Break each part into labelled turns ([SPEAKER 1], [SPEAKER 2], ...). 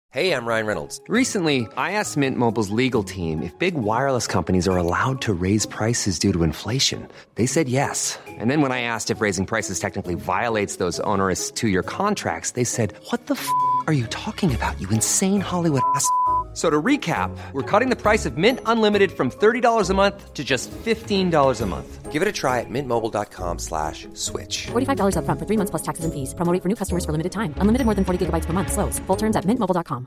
[SPEAKER 1] Hey, I'm Ryan Reynolds.
[SPEAKER 2] Recently, I asked Mint Mobile's legal team if big wireless companies are allowed to raise prices due to inflation. They said yes. And then when I asked if raising prices technically violates those onerous two-year contracts, they said, "What the f*** are you talking about, you insane Hollywood ass?" So to recap, we're cutting the price of Mint Unlimited from $30 a month to just $15 a month.
[SPEAKER 1] Give it a try at mintmobile.com/switch.
[SPEAKER 3] $45 up front for 3 months plus taxes and fees. Promo rate for new customers for limited time. Unlimited more than 40 gigabytes per month. Slows full terms at mintmobile.com.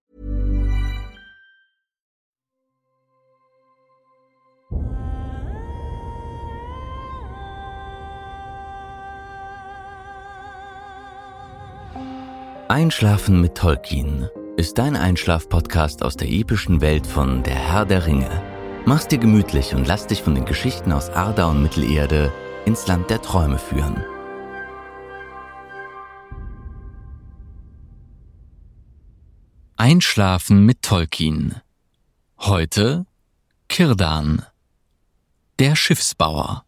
[SPEAKER 4] Einschlafen mit Tolkien ist dein Einschlaf-Podcast aus der epischen Welt von Der Herr der Ringe. Mach's dir gemütlich und lass dich von den Geschichten aus Arda und Mittelerde ins Land der Träume führen. Einschlafen mit Tolkien. Heute Círdan, der Schiffsbauer.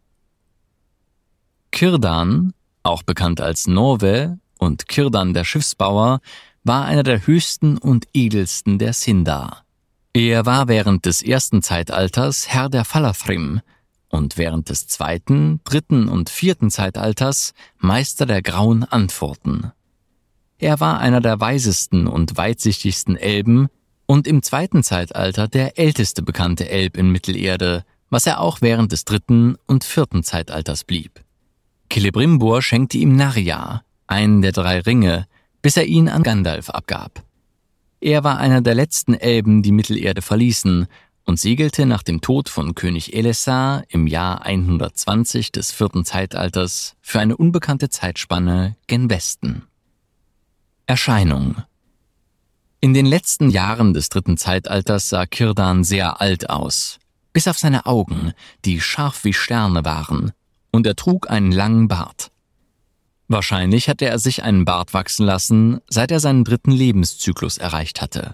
[SPEAKER 4] Círdan, auch bekannt als Norve und Círdan der Schiffsbauer, war einer der höchsten und edelsten der Sindar. Er war während des ersten Zeitalters Herr der Falathrim und während des zweiten, dritten und vierten Zeitalters Meister der Grauen Antworten. Er war einer der weisesten und weitsichtigsten Elben und im zweiten Zeitalter der älteste bekannte Elb in Mittelerde, was er auch während des dritten und vierten Zeitalters blieb. Celebrimbor schenkte ihm Narja, einen der 3 Ringe, bis er ihn an Gandalf abgab. Er war einer der letzten Elben, die Mittelerde verließen, und segelte nach dem Tod von König Elessar im Jahr 120 des 4. Zeitalters für eine unbekannte Zeitspanne gen Westen. Erscheinung. In den letzten Jahren des 3. Zeitalters sah Círdan sehr alt aus, bis auf seine Augen, die scharf wie Sterne waren, und er trug einen langen Bart. Wahrscheinlich hatte er sich einen Bart wachsen lassen, seit er seinen 3. Lebenszyklus erreicht hatte.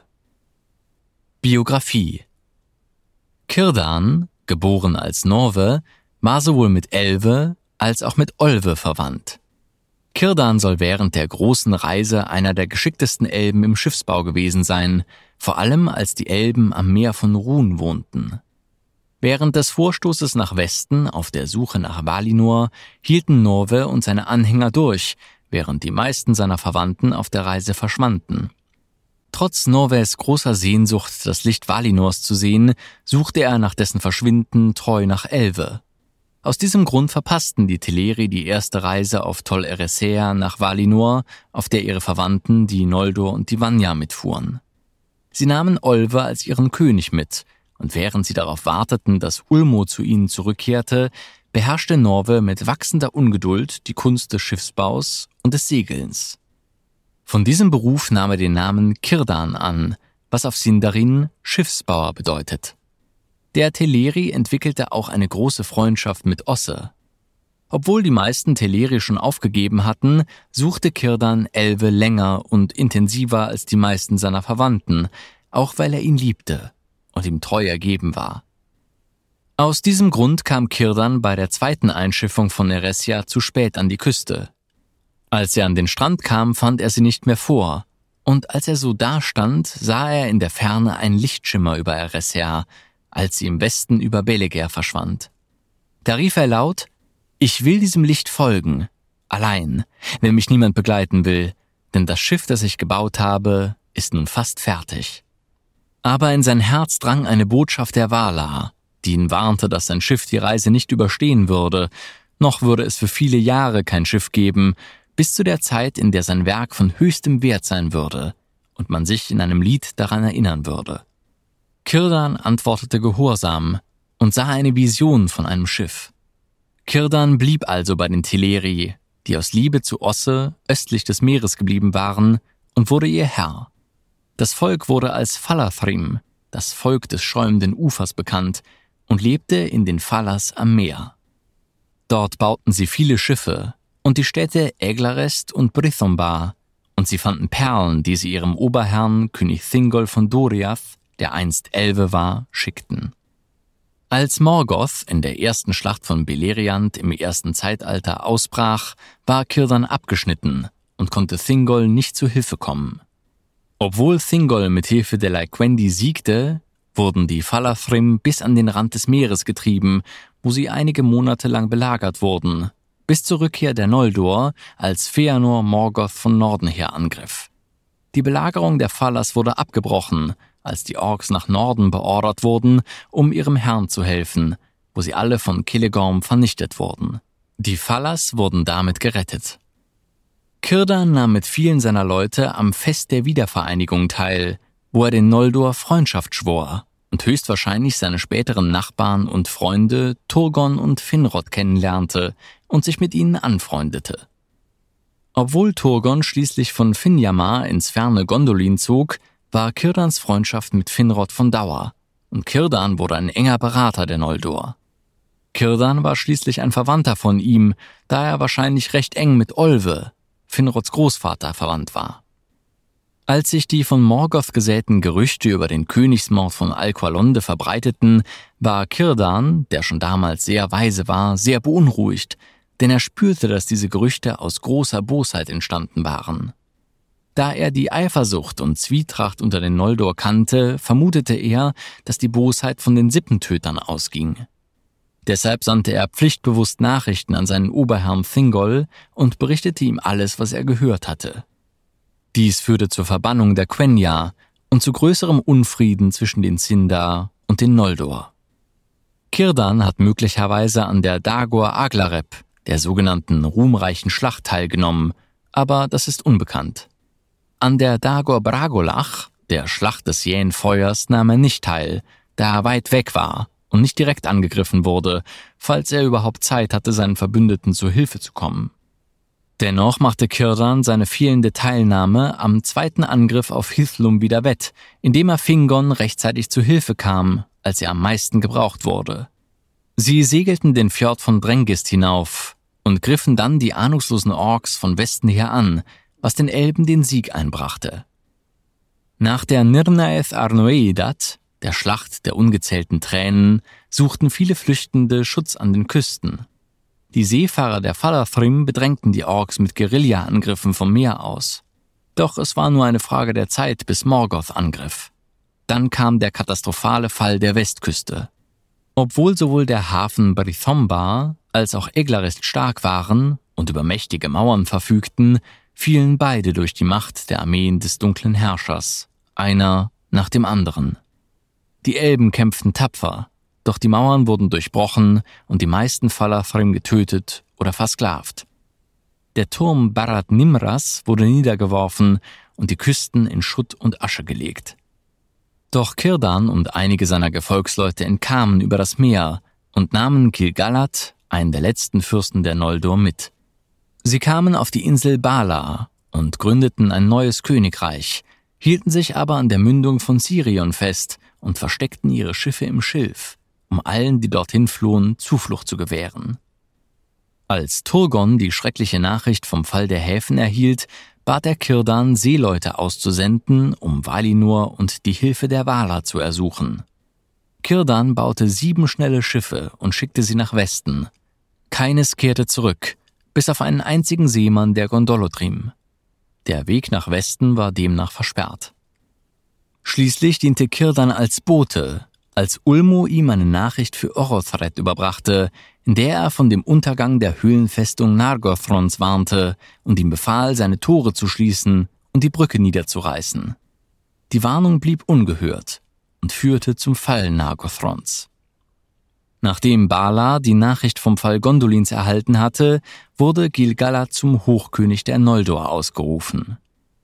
[SPEAKER 4] Biografie. Círdan, geboren als Norve, war sowohl mit Elve als auch mit Olve verwandt. Círdan soll während der großen Reise einer der geschicktesten Elben im Schiffsbau gewesen sein, vor allem als die Elben am Meer von Rhun wohnten. Während des Vorstoßes nach Westen auf der Suche nach Valinor hielten Norve und seine Anhänger durch, während die meisten seiner Verwandten auf der Reise verschwanden. Trotz Norves großer Sehnsucht, das Licht Valinors zu sehen, suchte er nach dessen Verschwinden treu nach Elve. Aus diesem Grund verpassten die Teleri die erste Reise auf Tol Eressëa nach Valinor, auf der ihre Verwandten, die Noldor und die Vanya, mitfuhren. Sie nahmen Olve als ihren König mit, und während sie darauf warteten, dass Ulmo zu ihnen zurückkehrte, beherrschte Norve mit wachsender Ungeduld die Kunst des Schiffsbaus und des Segelns. Von diesem Beruf nahm er den Namen Círdan an, was auf Sindarin Schiffsbauer bedeutet. Der Teleri entwickelte auch eine große Freundschaft mit Osse. Obwohl die meisten Teleri schon aufgegeben hatten, suchte Círdan Elve länger und intensiver als die meisten seiner Verwandten, auch weil er ihn liebte und ihm treu ergeben war. Aus diesem Grund kam Círdan bei der 2. Einschiffung von Eressëa zu spät an die Küste. Als er an den Strand kam, fand er sie nicht mehr vor, und als er so dastand, sah er in der Ferne einen Lichtschimmer über Eressëa, als sie im Westen über Belegger verschwand. Da rief er laut: »Ich will diesem Licht folgen, allein, wenn mich niemand begleiten will, denn das Schiff, das ich gebaut habe, ist nun fast fertig.« Aber in sein Herz drang eine Botschaft der Valar, die ihn warnte, dass sein Schiff die Reise nicht überstehen würde, noch würde es für viele Jahre kein Schiff geben, bis zu der Zeit, in der sein Werk von höchstem Wert sein würde und man sich in einem Lied daran erinnern würde. Círdan antwortete gehorsam und sah eine Vision von einem Schiff. Círdan blieb also bei den Teleri, die aus Liebe zu Osse östlich des Meeres geblieben waren, und wurde ihr Herr. Das Volk wurde als Falathrim, das Volk des schäumenden Ufers, bekannt und lebte in den Falas am Meer. Dort bauten sie viele Schiffe und die Städte Eglarest und Brythonbar, und sie fanden Perlen, die sie ihrem Oberherrn König Thingol von Doriath, der einst Elbe war, schickten. Als Morgoth in der ersten Schlacht von Beleriand im ersten Zeitalter ausbrach, war Círdan abgeschnitten und konnte Thingol nicht zu Hilfe kommen. Obwohl Thingol mit Hilfe der Laiquendi siegte, wurden die Falathrim bis an den Rand des Meeres getrieben, wo sie einige Monate lang belagert wurden, bis zur Rückkehr der Noldor, als Fëanor Morgoth von Norden her angriff. Die Belagerung der Falas wurde abgebrochen, als die Orks nach Norden beordert wurden, um ihrem Herrn zu helfen, wo sie alle von Cilegorm vernichtet wurden. Die Falas wurden damit gerettet. Círdan nahm mit vielen seiner Leute am Fest der Wiedervereinigung teil, wo er den Noldor Freundschaft schwor und höchstwahrscheinlich seine späteren Nachbarn und Freunde Turgon und Finrod kennenlernte und sich mit ihnen anfreundete. Obwohl Turgon schließlich von Finnjamar ins ferne Gondolin zog, war Círdans Freundschaft mit Finrod von Dauer, und Círdan wurde ein enger Berater der Noldor. Círdan war schließlich ein Verwandter von ihm, da er wahrscheinlich recht eng mit Olwe, Finrods Großvater, verwandt war. Als sich die von Morgoth gesäten Gerüchte über den Königsmord von Alqualonde verbreiteten, war Círdan, der schon damals sehr weise war, sehr beunruhigt, denn er spürte, dass diese Gerüchte aus großer Bosheit entstanden waren. Da er die Eifersucht und Zwietracht unter den Noldor kannte, vermutete er, dass die Bosheit von den Sippentötern ausging. Deshalb sandte er pflichtbewusst Nachrichten an seinen Oberherrn Thingol und berichtete ihm alles, was er gehört hatte. Dies führte zur Verbannung der Quenya und zu größerem Unfrieden zwischen den Sindar und den Noldor. Círdan hat möglicherweise an der Dagor Aglareb, der sogenannten ruhmreichen Schlacht, teilgenommen, aber das ist unbekannt. An der Dagor Bragolach, der Schlacht des jähen Feuers, nahm er nicht teil, da er weit weg war und nicht direkt angegriffen wurde, falls er überhaupt Zeit hatte, seinen Verbündeten zu Hilfe zu kommen. Dennoch machte Círdan seine fehlende Teilnahme am zweiten Angriff auf Hithlum wieder wett, indem er Fingon rechtzeitig zu Hilfe kam, als er am meisten gebraucht wurde. Sie segelten den Fjord von Drengist hinauf und griffen dann die ahnungslosen Orks von Westen her an, was den Elben den Sieg einbrachte. Nach der Nirnaeth Arnoeidad, der Schlacht der ungezählten Tränen, suchten viele Flüchtende Schutz an den Küsten. Die Seefahrer der Falathrim bedrängten die Orks mit Guerilla-Angriffen vom Meer aus. Doch es war nur eine Frage der Zeit, bis Morgoth angriff. Dann kam der katastrophale Fall der Westküste. Obwohl sowohl der Hafen Brithombar als auch Eglarist stark waren und über mächtige Mauern verfügten, fielen beide durch die Macht der Armeen des dunklen Herrschers, einer nach dem anderen. Die Elben kämpften tapfer, doch die Mauern wurden durchbrochen und die meisten Falathrim getötet oder versklavt. Der Turm Barad Nimras wurde niedergeworfen und die Küsten in Schutt und Asche gelegt. Doch Círdan und einige seiner Gefolgsleute entkamen über das Meer und nahmen Gil-galad, einen der letzten Fürsten der Noldor, mit. Sie kamen auf die Insel Bala und gründeten ein neues Königreich, hielten sich aber an der Mündung von Sirion fest und versteckten ihre Schiffe im Schilf, um allen, die dorthin flohen, Zuflucht zu gewähren. Als Turgon die schreckliche Nachricht vom Fall der Häfen erhielt, bat er Círdan, Seeleute auszusenden, um Valinor und die Hilfe der Valar zu ersuchen. Círdan baute 7 schnelle Schiffe und schickte sie nach Westen. Keines kehrte zurück, bis auf einen einzigen Seemann der Gondolodrim. Der Weg nach Westen war demnach versperrt. Schließlich diente Círdan als Bote, als Ulmo ihm eine Nachricht für Orothred überbrachte, in der er von dem Untergang der Höhlenfestung Nargothrons warnte und ihm befahl, seine Tore zu schließen und die Brücke niederzureißen. Die Warnung blieb ungehört und führte zum Fall Nargothrons. Nachdem Bala die Nachricht vom Fall Gondolins erhalten hatte, wurde Gil-galad zum Hochkönig der Noldor ausgerufen.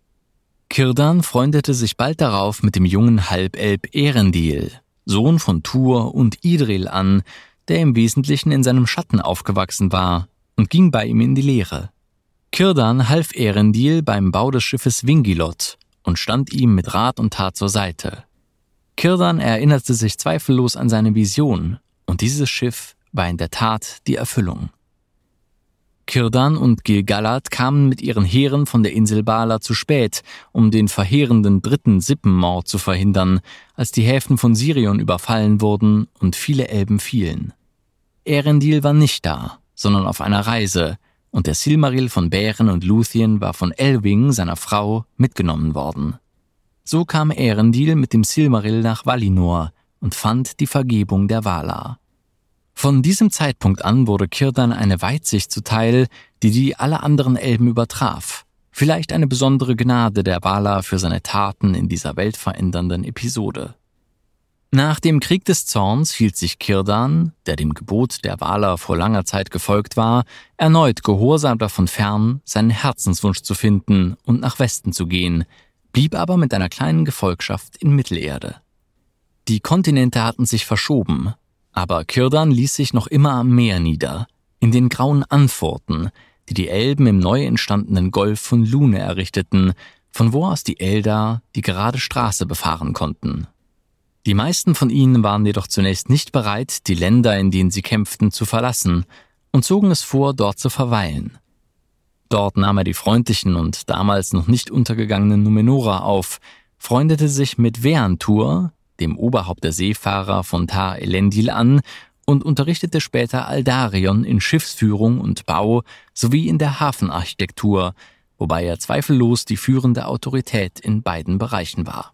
[SPEAKER 4] Círdan freundete sich bald darauf mit dem jungen Halbelb Eärendil, Sohn von Tur und Idril, an, der im Wesentlichen in seinem Schatten aufgewachsen war, und ging bei ihm in die Lehre. Círdan half Eärendil beim Bau des Schiffes Vingilot und stand ihm mit Rat und Tat zur Seite. Círdan erinnerte sich zweifellos an seine Vision, und dieses Schiff war in der Tat die Erfüllung. Círdan und Gil-galad kamen mit ihren Heeren von der Insel Bala zu spät, um den verheerenden 3. Sippenmord zu verhindern, als die Häfen von Sirion überfallen wurden und viele Elben fielen. Eärendil war nicht da, sondern auf einer Reise, und der Silmaril von Beren und Lúthien war von Elwing, seiner Frau, mitgenommen worden. So kam Eärendil mit dem Silmaril nach Valinor und fand die Vergebung der Valar. Von diesem Zeitpunkt an wurde Círdan eine Weitsicht zuteil, die alle anderen Elben übertraf. Vielleicht eine besondere Gnade der Valar für seine Taten in dieser weltverändernden Episode. Nach dem Krieg des Zorns hielt sich Círdan, der dem Gebot der Valar vor langer Zeit gefolgt war, erneut gehorsam davon fern, seinen Herzenswunsch zu finden und nach Westen zu gehen, blieb aber mit einer kleinen Gefolgschaft in Mittelerde. Die Kontinente hatten sich verschoben, aber Círdan ließ sich noch immer am Meer nieder, in den grauen Anfurten, die Elben im neu entstandenen Golf von Lune errichteten, von wo aus die Eldar die gerade Straße befahren konnten. Die meisten von ihnen waren jedoch zunächst nicht bereit, die Länder, in denen sie kämpften, zu verlassen und zogen es vor, dort zu verweilen. Dort nahm er die freundlichen und damals noch nicht untergegangenen Numenorer auf, freundete sich mit Veantur, dem Oberhaupt der Seefahrer von Tar Elendil, an und unterrichtete später Aldarion in Schiffsführung und Bau sowie in der Hafenarchitektur, wobei er zweifellos die führende Autorität in beiden Bereichen war.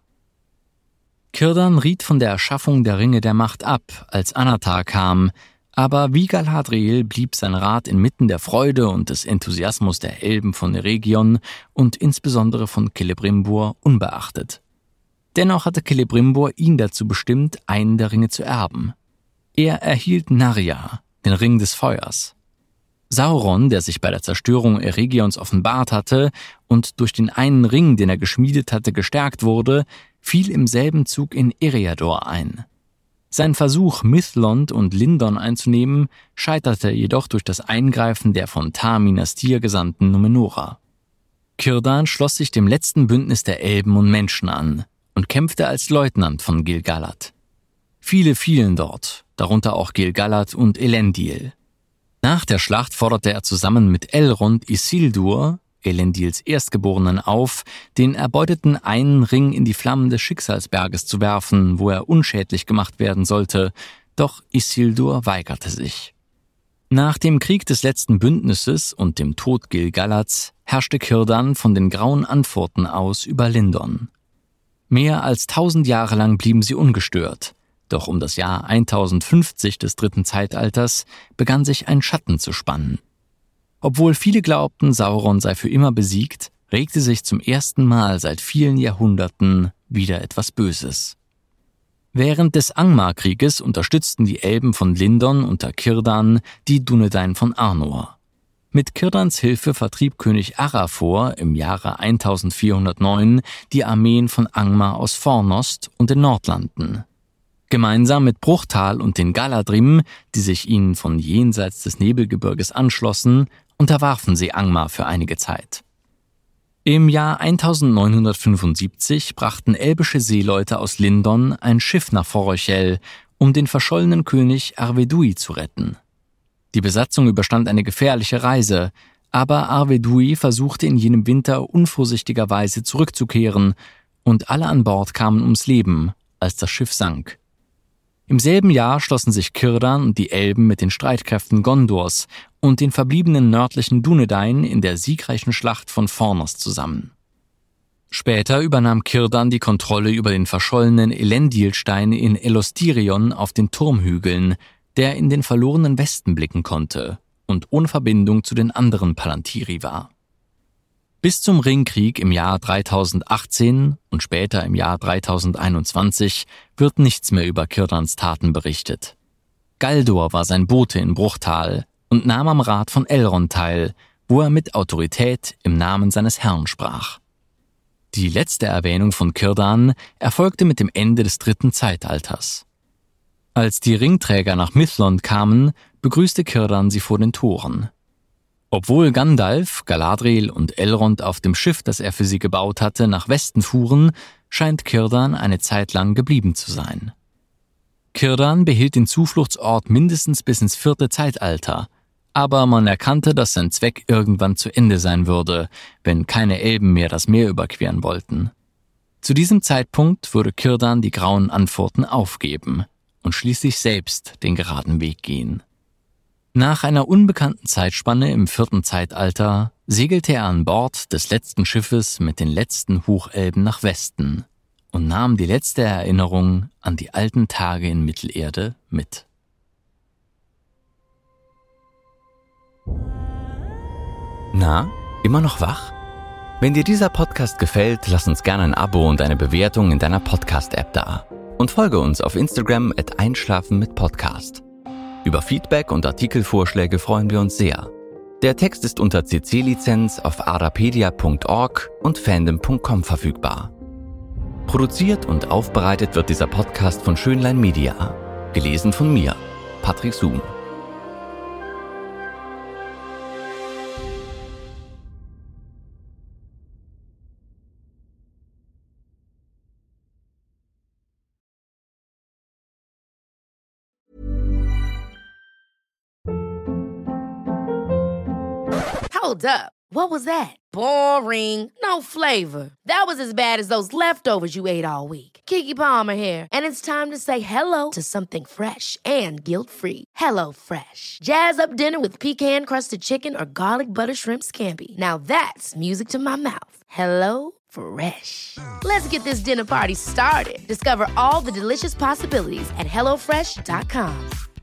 [SPEAKER 4] Círdan riet von der Erschaffung der Ringe der Macht ab, als Anatar kam, aber wie Galadriel blieb sein Rat inmitten der Freude und des Enthusiasmus der Elben von Eregion und insbesondere von Celebrimbor unbeachtet. Dennoch hatte Celebrimbor ihn dazu bestimmt, einen der Ringe zu erben. Er erhielt Narja, den Ring des Feuers. Sauron, der sich bei der Zerstörung Eregions offenbart hatte und durch den einen Ring, den er geschmiedet hatte, gestärkt wurde, fiel im selben Zug in Eriador ein. Sein Versuch, Mithlond und Lindon einzunehmen, scheiterte jedoch durch das Eingreifen der von Tar Minastir gesandten Numenorer. Círdan schloss sich dem letzten Bündnis der Elben und Menschen an und kämpfte als Leutnant von Gil-galad. Viele fielen dort, darunter auch Gil-galad und Elendil. Nach der Schlacht forderte er zusammen mit Elrond Isildur, Elendils Erstgeborenen, auf, den erbeuteten einen Ring in die Flammen des Schicksalsberges zu werfen, wo er unschädlich gemacht werden sollte, doch Isildur weigerte sich. Nach dem Krieg des letzten Bündnisses und dem Tod Gil-galads herrschte Círdan von den grauen Anfurten aus über Lindon. Mehr als 1000 Jahre lang blieben sie ungestört, doch um das Jahr 1050 des dritten Zeitalters begann sich ein Schatten zu spannen. Obwohl viele glaubten, Sauron sei für immer besiegt, regte sich zum ersten Mal seit vielen Jahrhunderten wieder etwas Böses. Während des Angmar-Krieges unterstützten die Elben von Lindon unter Círdan die Dúnedain von Arnor. Mit Círdans Hilfe vertrieb König Arathor im Jahre 1409 die Armeen von Angmar aus Fornost und den Nordlanden. Gemeinsam mit Bruchtal und den Galadrim, die sich ihnen von jenseits des Nebelgebirges anschlossen, unterwarfen sie Angmar für einige Zeit. Im Jahr 1975 brachten elbische Seeleute aus Lindon ein Schiff nach Forochel, um den verschollenen König Arvedui zu retten. Die Besatzung überstand eine gefährliche Reise, aber Arvedui versuchte in jenem Winter unvorsichtigerweise zurückzukehren und alle an Bord kamen ums Leben, als das Schiff sank. Im selben Jahr schlossen sich Círdan und die Elben mit den Streitkräften Gondors und den verbliebenen nördlichen Dúnedain in der siegreichen Schlacht von Fornost zusammen. Später übernahm Círdan die Kontrolle über den verschollenen Elendilstein in Elostirion auf den Turmhügeln, der in den verlorenen Westen blicken konnte und ohne Verbindung zu den anderen Palantiri war. Bis zum Ringkrieg im Jahr 3018 und später im Jahr 3021 wird nichts mehr über Círdans Taten berichtet. Galdor war sein Bote in Bruchtal und nahm am Rat von Elrond teil, wo er mit Autorität im Namen seines Herrn sprach. Die letzte Erwähnung von Círdan erfolgte mit dem Ende des dritten Zeitalters. Als die Ringträger nach Mithlond kamen, begrüßte Círdan sie vor den Toren. Obwohl Gandalf, Galadriel und Elrond auf dem Schiff, das er für sie gebaut hatte, nach Westen fuhren, scheint Círdan eine Zeit lang geblieben zu sein. Círdan behielt den Zufluchtsort mindestens bis ins 4. Zeitalter, aber man erkannte, dass sein Zweck irgendwann zu Ende sein würde, wenn keine Elben mehr das Meer überqueren wollten. Zu diesem Zeitpunkt würde Círdan die grauen Anfurten aufgeben und schließlich selbst den geraden Weg gehen. Nach einer unbekannten Zeitspanne im 4. Zeitalter segelte er an Bord des letzten Schiffes mit den letzten Hochelben nach Westen, und nahm die letzte Erinnerung an die alten Tage in Mittelerde mit. Na, immer noch wach? Wenn dir dieser Podcast gefällt, lass uns gerne ein Abo und eine Bewertung in deiner Podcast-App da. Und folge uns auf Instagram @einschlafen-mit-Podcast. Über Feedback und Artikelvorschläge freuen wir uns sehr. Der Text ist unter CC-Lizenz auf arapedia.org und fandom.com verfügbar. Produziert und aufbereitet wird dieser Podcast von Schönlein Media. Gelesen von mir, Patrick Zoom.
[SPEAKER 5] Hold up. What was that? Boring. No flavor. That was as bad as those leftovers you ate all week. Keke Palmer here, and it's time to say hello to something fresh and guilt-free. HelloFresh. Jazz up dinner with pecan-crusted chicken or garlic butter shrimp scampi. Now that's music to my mouth. HelloFresh. Let's get this dinner party started. Discover all the delicious possibilities at HelloFresh.com.